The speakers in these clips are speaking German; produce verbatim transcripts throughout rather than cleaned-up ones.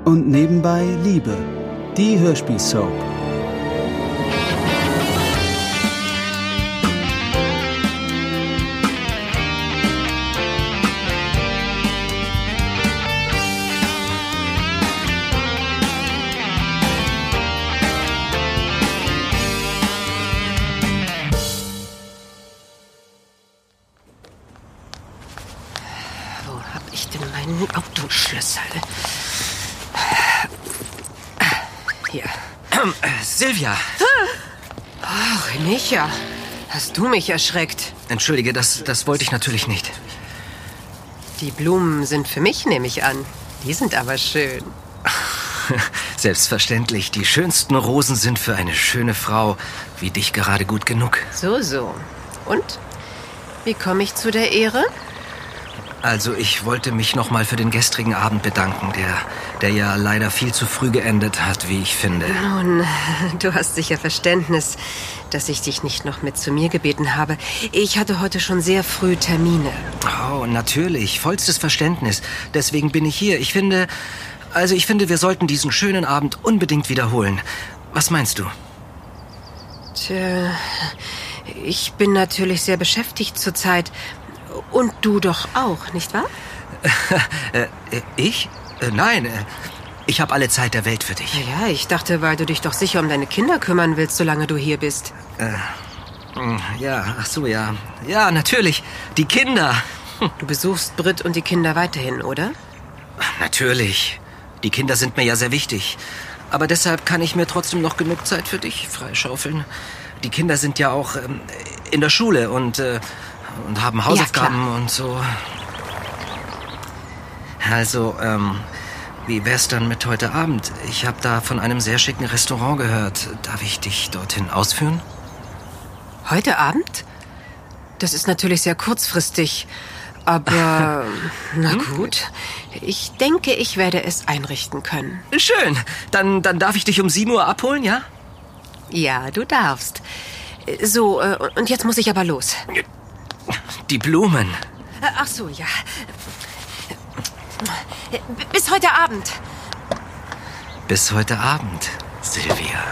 und nebenbei Liebe. Die Hörspielsoap. Autoschlüssel. Hier. Äh, Silvia! Oh, Renisha, hast du mich erschreckt? Entschuldige, das, das wollte ich natürlich nicht. Die Blumen sind für mich, nehme ich an. Die sind aber schön. Selbstverständlich. Die schönsten Rosen sind für eine schöne Frau wie dich gerade gut genug. So, so. Und? Wie komme ich zu der Ehre? Also, ich wollte mich noch mal für den gestrigen Abend bedanken, der, der ja leider viel zu früh geendet hat, wie ich finde. Nun, du hast sicher Verständnis, dass ich dich nicht noch mit zu mir gebeten habe. Ich hatte heute schon sehr früh Termine. Oh, natürlich. Vollstes Verständnis. Deswegen bin ich hier. Ich finde, also ich finde, wir sollten diesen schönen Abend unbedingt wiederholen. Was meinst du? Tja, ich bin natürlich sehr beschäftigt zurzeit. Und du doch auch, nicht wahr? äh, ich? Äh, nein, äh, ich habe alle Zeit der Welt für dich. Ja, ich dachte, weil du dich doch sicher um deine Kinder kümmern willst, solange du hier bist. Äh, ja, ach so, ja. Ja, natürlich, die Kinder. Du besuchst Britt und die Kinder weiterhin, oder? Natürlich. Die Kinder sind mir ja sehr wichtig. Aber deshalb kann ich mir trotzdem noch genug Zeit für dich freischaufeln. Die Kinder sind ja auch ähm, in der Schule und... Äh, Und haben Hausaufgaben ja, und so. Also, ähm, wie wär's dann mit heute Abend? Ich habe da von einem sehr schicken Restaurant gehört. Darf ich dich dorthin ausführen? Heute Abend? Das ist natürlich sehr kurzfristig. Aber, na gut. Ich denke, ich werde es einrichten können. Schön. Dann, dann darf ich dich um sieben Uhr abholen, ja? Ja, du darfst. So, und jetzt muss ich aber los. Die Blumen. Ach so, ja. Bis heute Abend. Bis heute Abend, Silvia.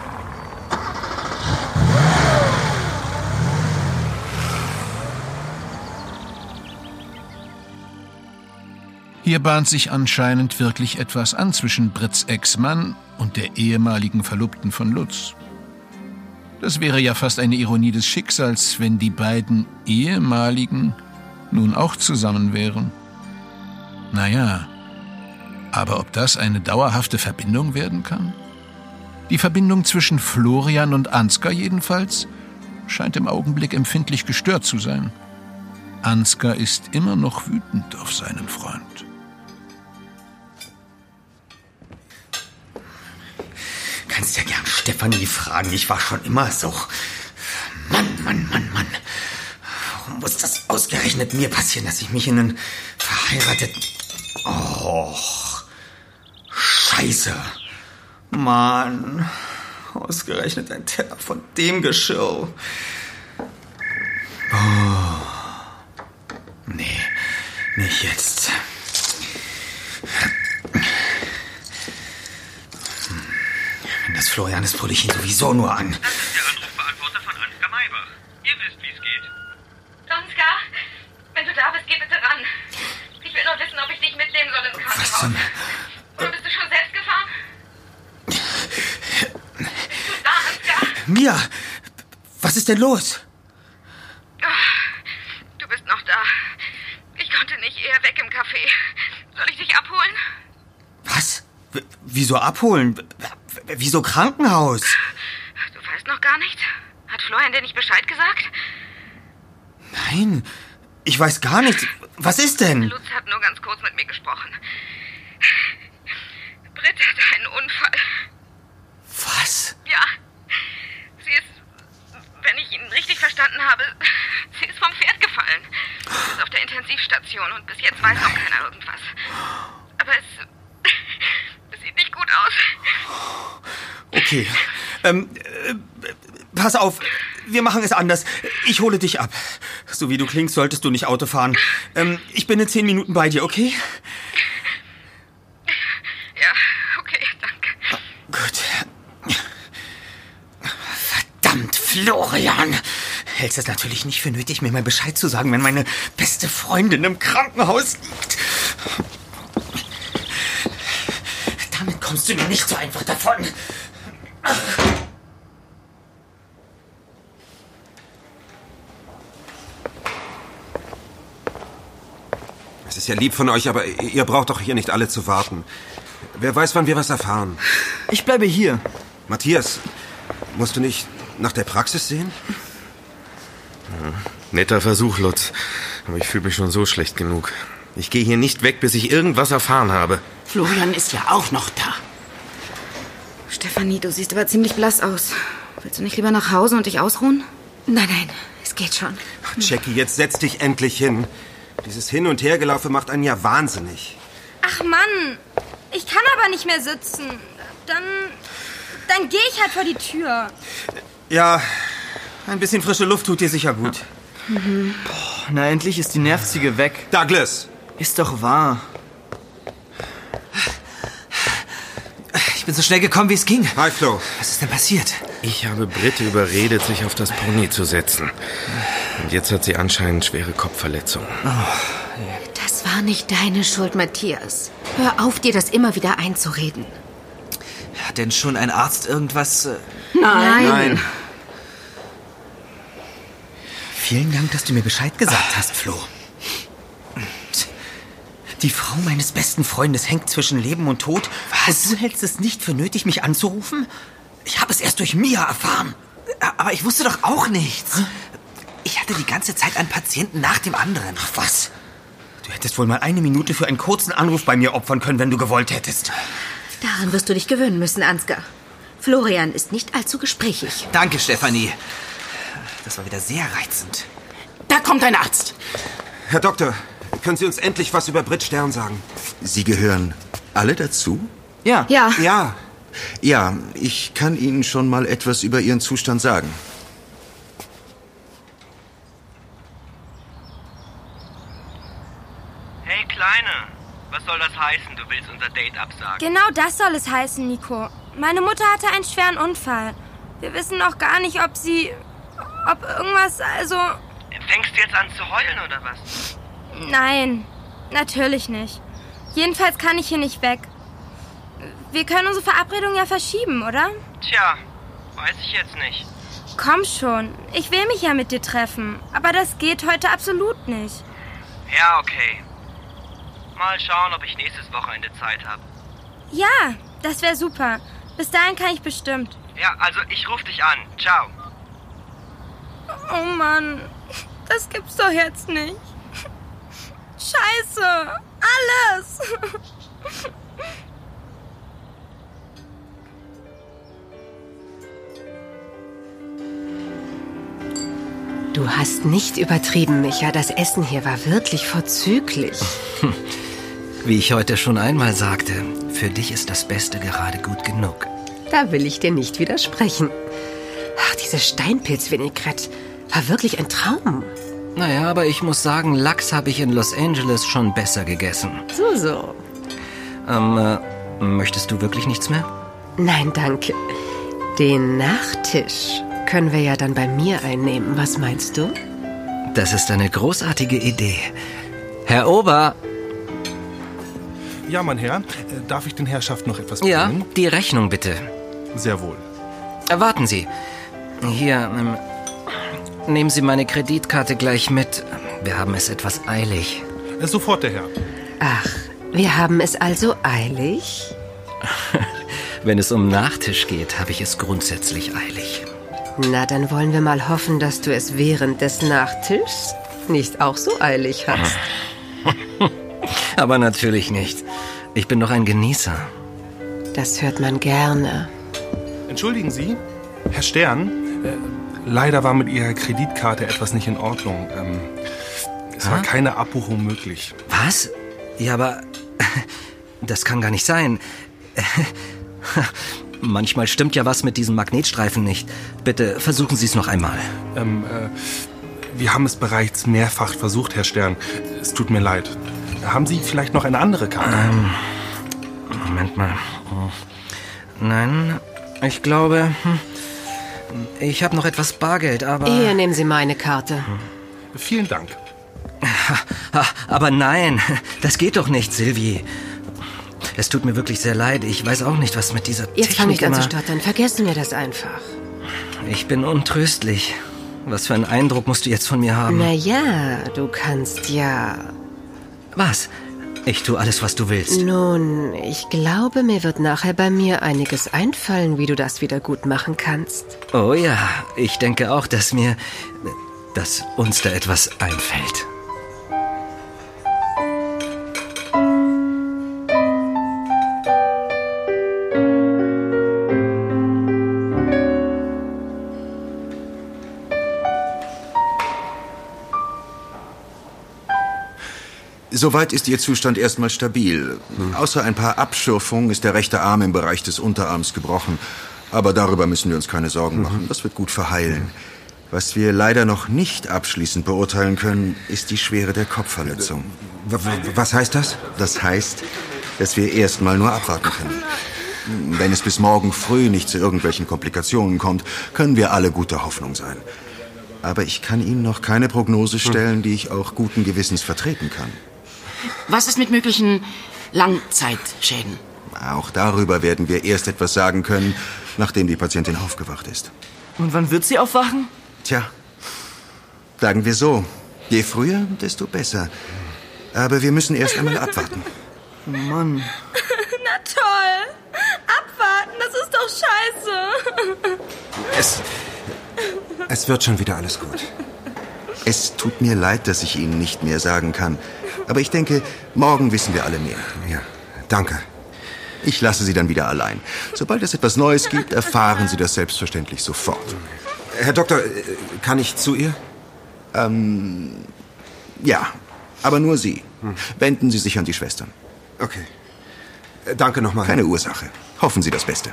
Hier bahnt sich anscheinend wirklich etwas an zwischen Britts Ex-Mann und der ehemaligen Verlobten von Lutz. Das wäre ja fast eine Ironie des Schicksals, wenn die beiden ehemaligen nun auch zusammen wären. Naja, aber ob das eine dauerhafte Verbindung werden kann? Die Verbindung zwischen Florian und Ansgar jedenfalls scheint im Augenblick empfindlich gestört zu sein. Ansgar ist immer noch wütend auf seinen Freund. Kannst ja gern Stefanie fragen, ich war schon immer so. Mann, Mann, Mann, Mann. Warum muss das ausgerechnet mir passieren, dass ich mich in einen verheirateten... Oh, Scheiße. Mann, ausgerechnet ein Teller von dem Geschirr. Oh. Nee, nicht jetzt. Wenn das Florian ist, pulle ich ihn sowieso nur an. Das ist der Anrufbeantworter von Ansgar Maybach. Ihr wisst, wie es geht. Ansgar, wenn du da bist, geh bitte ran. Ich will nur wissen, ob ich dich mitnehmen soll ins Krankenhaus. Was denn? Oder bist du schon selbst gefahren? Bist du da, Ansgar? Mia, was ist denn los? Du bist noch da. Ich konnte nicht eher weg im Café. Soll ich dich abholen? Was? W- wieso abholen? W- wieso Krankenhaus? Du weißt noch gar nichts? Hat Florian dir nicht Bescheid gesagt? Nein, ich weiß gar nichts. Was ist denn? Lutz hat nur ganz kurz mit mir gesprochen. Britt hatte einen Unfall. Was? Ja, sie ist, wenn ich ihn richtig verstanden habe, sie ist vom Pferd gefallen. Sie ist auf der Intensivstation und bis jetzt weiß noch keiner irgendwas. Aber es, es sieht nicht gut aus. Okay, ähm, äh, pass auf, wir machen es anders. Ich hole dich ab. So wie du klingst, solltest du nicht Auto fahren. Ähm, ich bin in zehn Minuten bei dir, okay? Ja. Florian, hältst es natürlich nicht für nötig, mir mal Bescheid zu sagen, wenn meine beste Freundin im Krankenhaus liegt. Damit kommst du mir nicht so einfach davon. Es ist ja lieb von euch, aber ihr braucht doch hier nicht alle zu warten. Wer weiß, wann wir was erfahren. Ich bleibe hier. Matthias, musst du nicht nach der Praxis sehen? Ja, netter Versuch, Lutz. Aber ich fühle mich schon so schlecht genug. Ich gehe hier nicht weg, bis ich irgendwas erfahren habe. Florian ist ja auch noch da. Stefanie, du siehst aber ziemlich blass aus. Willst du nicht lieber nach Hause und dich ausruhen? Nein, nein, es geht schon. Ach, Jackie, jetzt setz dich endlich hin. Dieses Hin- und Hergelaufe macht einen ja wahnsinnig. Ach Mann, ich kann aber nicht mehr sitzen. Dann, dann gehe ich halt vor die Tür. Ja, ein bisschen frische Luft tut dir sicher gut. Mhm. Boah, na endlich ist die Nervziege weg. Douglas! Ist doch wahr. Ich bin so schnell gekommen, wie es ging. Hi, Flo. Was ist denn passiert? Ich habe Britt überredet, sich auf das Pony zu setzen. Und jetzt hat sie anscheinend schwere Kopfverletzungen. Oh. Das war nicht deine Schuld, Matthias. Hör auf, dir das immer wieder einzureden. Hat denn schon ein Arzt irgendwas... Äh... Nein. Nein. Vielen Dank, dass du mir Bescheid gesagt hast, Flo. Die Frau meines besten Freundes hängt zwischen Leben und Tod. Was? Und du hältst es nicht für nötig, mich anzurufen? Ich habe es erst durch Mia erfahren. Aber ich wusste doch auch nichts. Ich hatte die ganze Zeit einen Patienten nach dem anderen. Ach was? Du hättest wohl mal eine Minute für einen kurzen Anruf bei mir opfern können, wenn du gewollt hättest. Daran wirst du dich gewöhnen müssen, Ansgar. Florian ist nicht allzu gesprächig. Danke, Stefanie. Das war wieder sehr reizend. Da kommt ein Arzt. Herr Doktor, können Sie uns endlich was über Britt Stern sagen? Sie gehören alle dazu? Ja. Ja. Ja. Ja, ich kann Ihnen schon mal etwas über Ihren Zustand sagen. Hey, Kleine. Was soll das heißen? Du willst unser Date absagen? Genau das soll es heißen, Nico. Meine Mutter hatte einen schweren Unfall. Wir wissen noch gar nicht, ob sie... ob irgendwas, also... Fängst du jetzt an zu heulen, oder was? Nein, natürlich nicht. Jedenfalls kann ich hier nicht weg. Wir können unsere Verabredung ja verschieben, oder? Tja, weiß ich jetzt nicht. Komm schon, ich will mich ja mit dir treffen. Aber das geht heute absolut nicht. Ja, okay. Mal schauen, ob ich nächstes Wochenende Zeit habe. Ja, das wäre super. Bis dahin kann ich bestimmt. Ja, also ich rufe dich an. Ciao. Oh Mann, das gibt's doch jetzt nicht. Scheiße, alles. Du hast nicht übertrieben, Micha. Das Essen hier war wirklich vorzüglich. Wie ich heute schon einmal sagte, für dich ist das Beste gerade gut genug. Da will ich dir nicht widersprechen. Ach, diese Steinpilz-Vinaigrette war wirklich ein Traum. Naja, aber ich muss sagen, Lachs habe ich in Los Angeles schon besser gegessen. So, so. Ähm, äh, möchtest du wirklich nichts mehr? Nein, danke. Den Nachtisch können wir ja dann bei mir einnehmen. Was meinst du? Das ist eine großartige Idee. Herr Ober! Ja, mein Herr. Äh, darf ich den Herrschaften noch etwas bringen? Ja, die Rechnung bitte. Sehr wohl. Warten Sie. Hier, ähm, nehmen Sie meine Kreditkarte gleich mit. Wir haben es etwas eilig. Äh, sofort, der Herr. Ach, wir haben es also eilig? Wenn es um Nachtisch geht, habe ich es grundsätzlich eilig. Na, dann wollen wir mal hoffen, dass du es während des Nachtischs nicht auch so eilig hast. Aber natürlich nicht. Ich bin doch ein Genießer. Das hört man gerne. Entschuldigen Sie, Herr Stern, äh, leider war mit Ihrer Kreditkarte etwas nicht in Ordnung. Ähm, es Ha? war keine Abbuchung möglich. Was? Ja, aber das kann gar nicht sein. Manchmal stimmt ja was mit diesem Magnetstreifen nicht. Bitte versuchen Sie es noch einmal. Ähm, äh, wir haben es bereits mehrfach versucht, Herr Stern. Es tut mir leid. Haben Sie vielleicht noch eine andere Karte? Ähm, Moment mal. Nein, ich glaube... Ich habe noch etwas Bargeld, aber... Hier, nehmen Sie meine Karte. Vielen Dank. Aber nein, das geht doch nicht, Sylvie. Es tut mir wirklich sehr leid. Ich weiß auch nicht, was mit dieser Technik Jetzt fange ich an immer... zu stottern. Vergessen wir das einfach. Ich bin untröstlich. Was für einen Eindruck musst du jetzt von mir haben? Na ja, du kannst ja... Was? Ich tue alles, was du willst. Nun, ich glaube, mir wird nachher bei mir einiges einfallen, wie du das wieder gut machen kannst. Oh ja, ich denke auch, dass mir... dass uns da etwas einfällt. Soweit ist Ihr Zustand erstmal stabil. Hm. Außer ein paar Abschürfungen ist der rechte Arm im Bereich des Unterarms gebrochen. Aber darüber müssen wir uns keine Sorgen machen. Das wird gut verheilen. Was wir leider noch nicht abschließend beurteilen können, ist die Schwere der Kopfverletzung. Was heißt das? Das heißt, dass wir erstmal nur abwarten können. Wenn es bis morgen früh nicht zu irgendwelchen Komplikationen kommt, können wir alle guter Hoffnung sein. Aber ich kann Ihnen noch keine Prognose stellen, die ich auch guten Gewissens vertreten kann. Was ist mit möglichen Langzeitschäden? Auch darüber werden wir erst etwas sagen können, nachdem die Patientin aufgewacht ist. Und wann wird sie aufwachen? Tja, sagen wir so, je früher, desto besser. Aber wir müssen erst einmal abwarten. Mann. Na toll. Abwarten, das ist doch scheiße. Es, es wird schon wieder alles gut. Es tut mir leid, dass ich Ihnen nicht mehr sagen kann. Aber ich denke, morgen wissen wir alle mehr. Ja, danke. Ich lasse Sie dann wieder allein. Sobald es etwas Neues gibt, erfahren Sie das selbstverständlich sofort. Herr Doktor, kann ich zu ihr? Ähm, ja, aber nur Sie. Wenden Sie sich an die Schwestern. Okay. Danke nochmal. Keine Ursache. Hoffen Sie das Beste.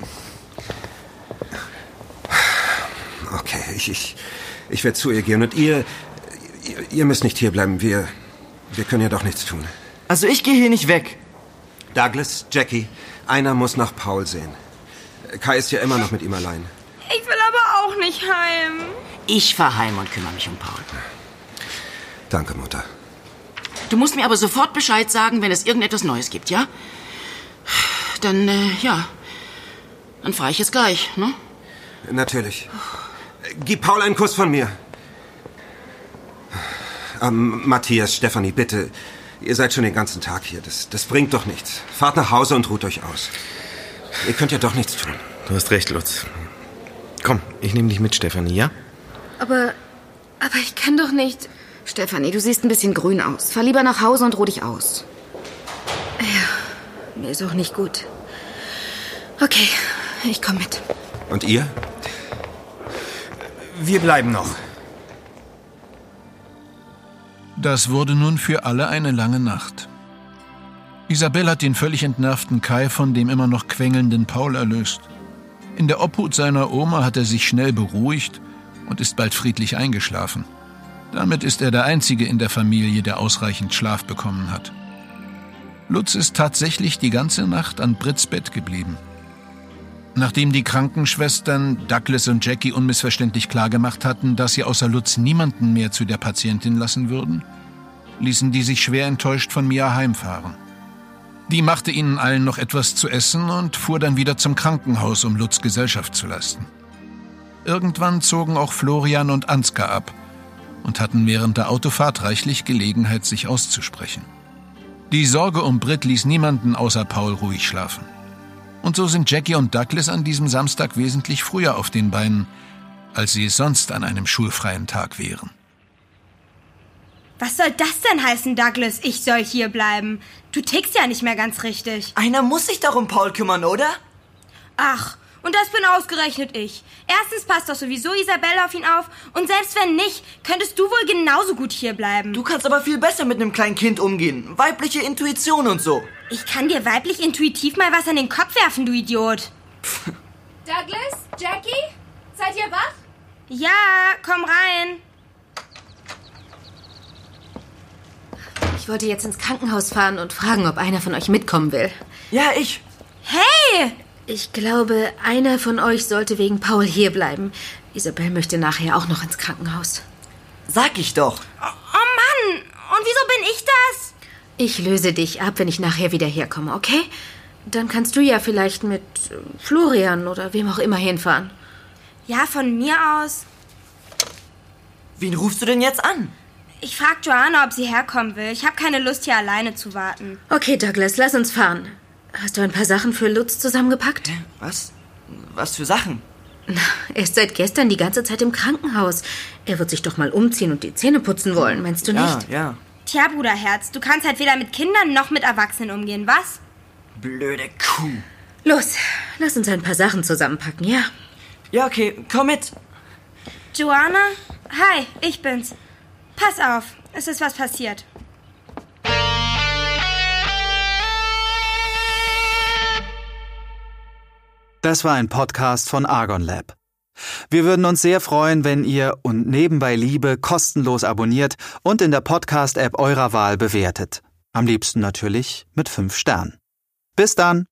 Okay, ich, ich, ich werde zu ihr gehen. Und ihr, ihr, ihr müsst nicht hierbleiben. Wir, wir können ja doch nichts tun. Also ich gehe hier nicht weg. Douglas, Jackie, einer muss nach Paul sehen. Kai ist ja immer noch mit ihm allein. Ich will aber auch nicht heim. Ich fahr heim und kümmere mich um Paul. Danke, Mutter. Du musst mir aber sofort Bescheid sagen, wenn es irgendetwas Neues gibt, ja? Dann, äh, ja. Dann fahre ich jetzt gleich, ne? Natürlich. Gib Paul einen Kuss von mir. Ähm, Matthias, Stefanie, bitte. Ihr seid schon den ganzen Tag hier. Das, das bringt doch nichts. Fahrt nach Hause und ruht euch aus. Ihr könnt ja doch nichts tun. Du hast recht, Lutz. Komm, ich nehme dich mit, Stefanie, ja? Aber, aber ich kann doch nicht... Stefanie, du siehst ein bisschen grün aus. Fahr lieber nach Hause und ruh dich aus. Ja, mir ist auch nicht gut. Okay, ich komme mit. Und ihr? Wir bleiben noch. Das wurde nun für alle eine lange Nacht. Isabel hat den völlig entnervten Kai von dem immer noch quengelnden Paul erlöst. In der Obhut seiner Oma hat er sich schnell beruhigt und ist bald friedlich eingeschlafen. Damit ist er der Einzige in der Familie, der ausreichend Schlaf bekommen hat. Lutz ist tatsächlich die ganze Nacht an Britts Bett geblieben. Nachdem die Krankenschwestern Douglas und Jackie unmissverständlich klargemacht hatten, dass sie außer Lutz niemanden mehr zu der Patientin lassen würden, ließen die sich schwer enttäuscht von Mia heimfahren. Die machte ihnen allen noch etwas zu essen und fuhr dann wieder zum Krankenhaus, um Lutz Gesellschaft zu leisten. Irgendwann zogen auch Florian und Ansgar ab und hatten während der Autofahrt reichlich Gelegenheit, sich auszusprechen. Die Sorge um Britt ließ niemanden außer Paul ruhig schlafen. Und so sind Jackie und Douglas an diesem Samstag wesentlich früher auf den Beinen, als sie es sonst an einem schulfreien Tag wären. Was soll das denn heißen, Douglas? Ich soll hier bleiben. Du tickst ja nicht mehr ganz richtig. Einer muss sich darum Paul kümmern, oder? Ach, und das bin ausgerechnet ich. Erstens passt doch sowieso Isabelle auf ihn auf. Und selbst wenn nicht, könntest du wohl genauso gut hier bleiben. Du kannst aber viel besser mit einem kleinen Kind umgehen. Weibliche Intuition und so. Ich kann dir weiblich intuitiv mal was an den Kopf werfen, du Idiot. Douglas? Jackie? Seid ihr wach? Ja, komm rein. Ich wollte jetzt ins Krankenhaus fahren und fragen, ob einer von euch mitkommen will. Ja, ich. Hey! Ich glaube, einer von euch sollte wegen Paul hierbleiben. Isabel möchte nachher auch noch ins Krankenhaus. Sag ich doch. Oh, oh Mann, und wieso bin ich das? Ich löse dich ab, wenn ich nachher wieder herkomme, okay? Dann kannst du ja vielleicht mit Florian oder wem auch immer hinfahren. Ja, von mir aus. Wen rufst du denn jetzt an? Ich frag Joanna, ob sie herkommen will. Ich habe keine Lust, hier alleine zu warten. Okay, Douglas, lass uns fahren. Hast du ein paar Sachen für Lutz zusammengepackt? Was? Was für Sachen? Na, er ist seit gestern die ganze Zeit im Krankenhaus. Er wird sich doch mal umziehen und die Zähne putzen wollen, meinst du nicht? Ja, ja. Tja, Bruderherz, du kannst halt weder mit Kindern noch mit Erwachsenen umgehen, was? Blöde Kuh. Los, lass uns ein paar Sachen zusammenpacken, ja? Ja, okay, komm mit. Joanna? Hi, ich bin's. Pass auf, es ist was passiert. Das war ein Podcast von Argon Lab. Wir würden uns sehr freuen, wenn ihr und Nebenbei Liebe kostenlos abonniert und in der Podcast-App eurer Wahl bewertet. Am liebsten natürlich mit fünf Sternen. Bis dann!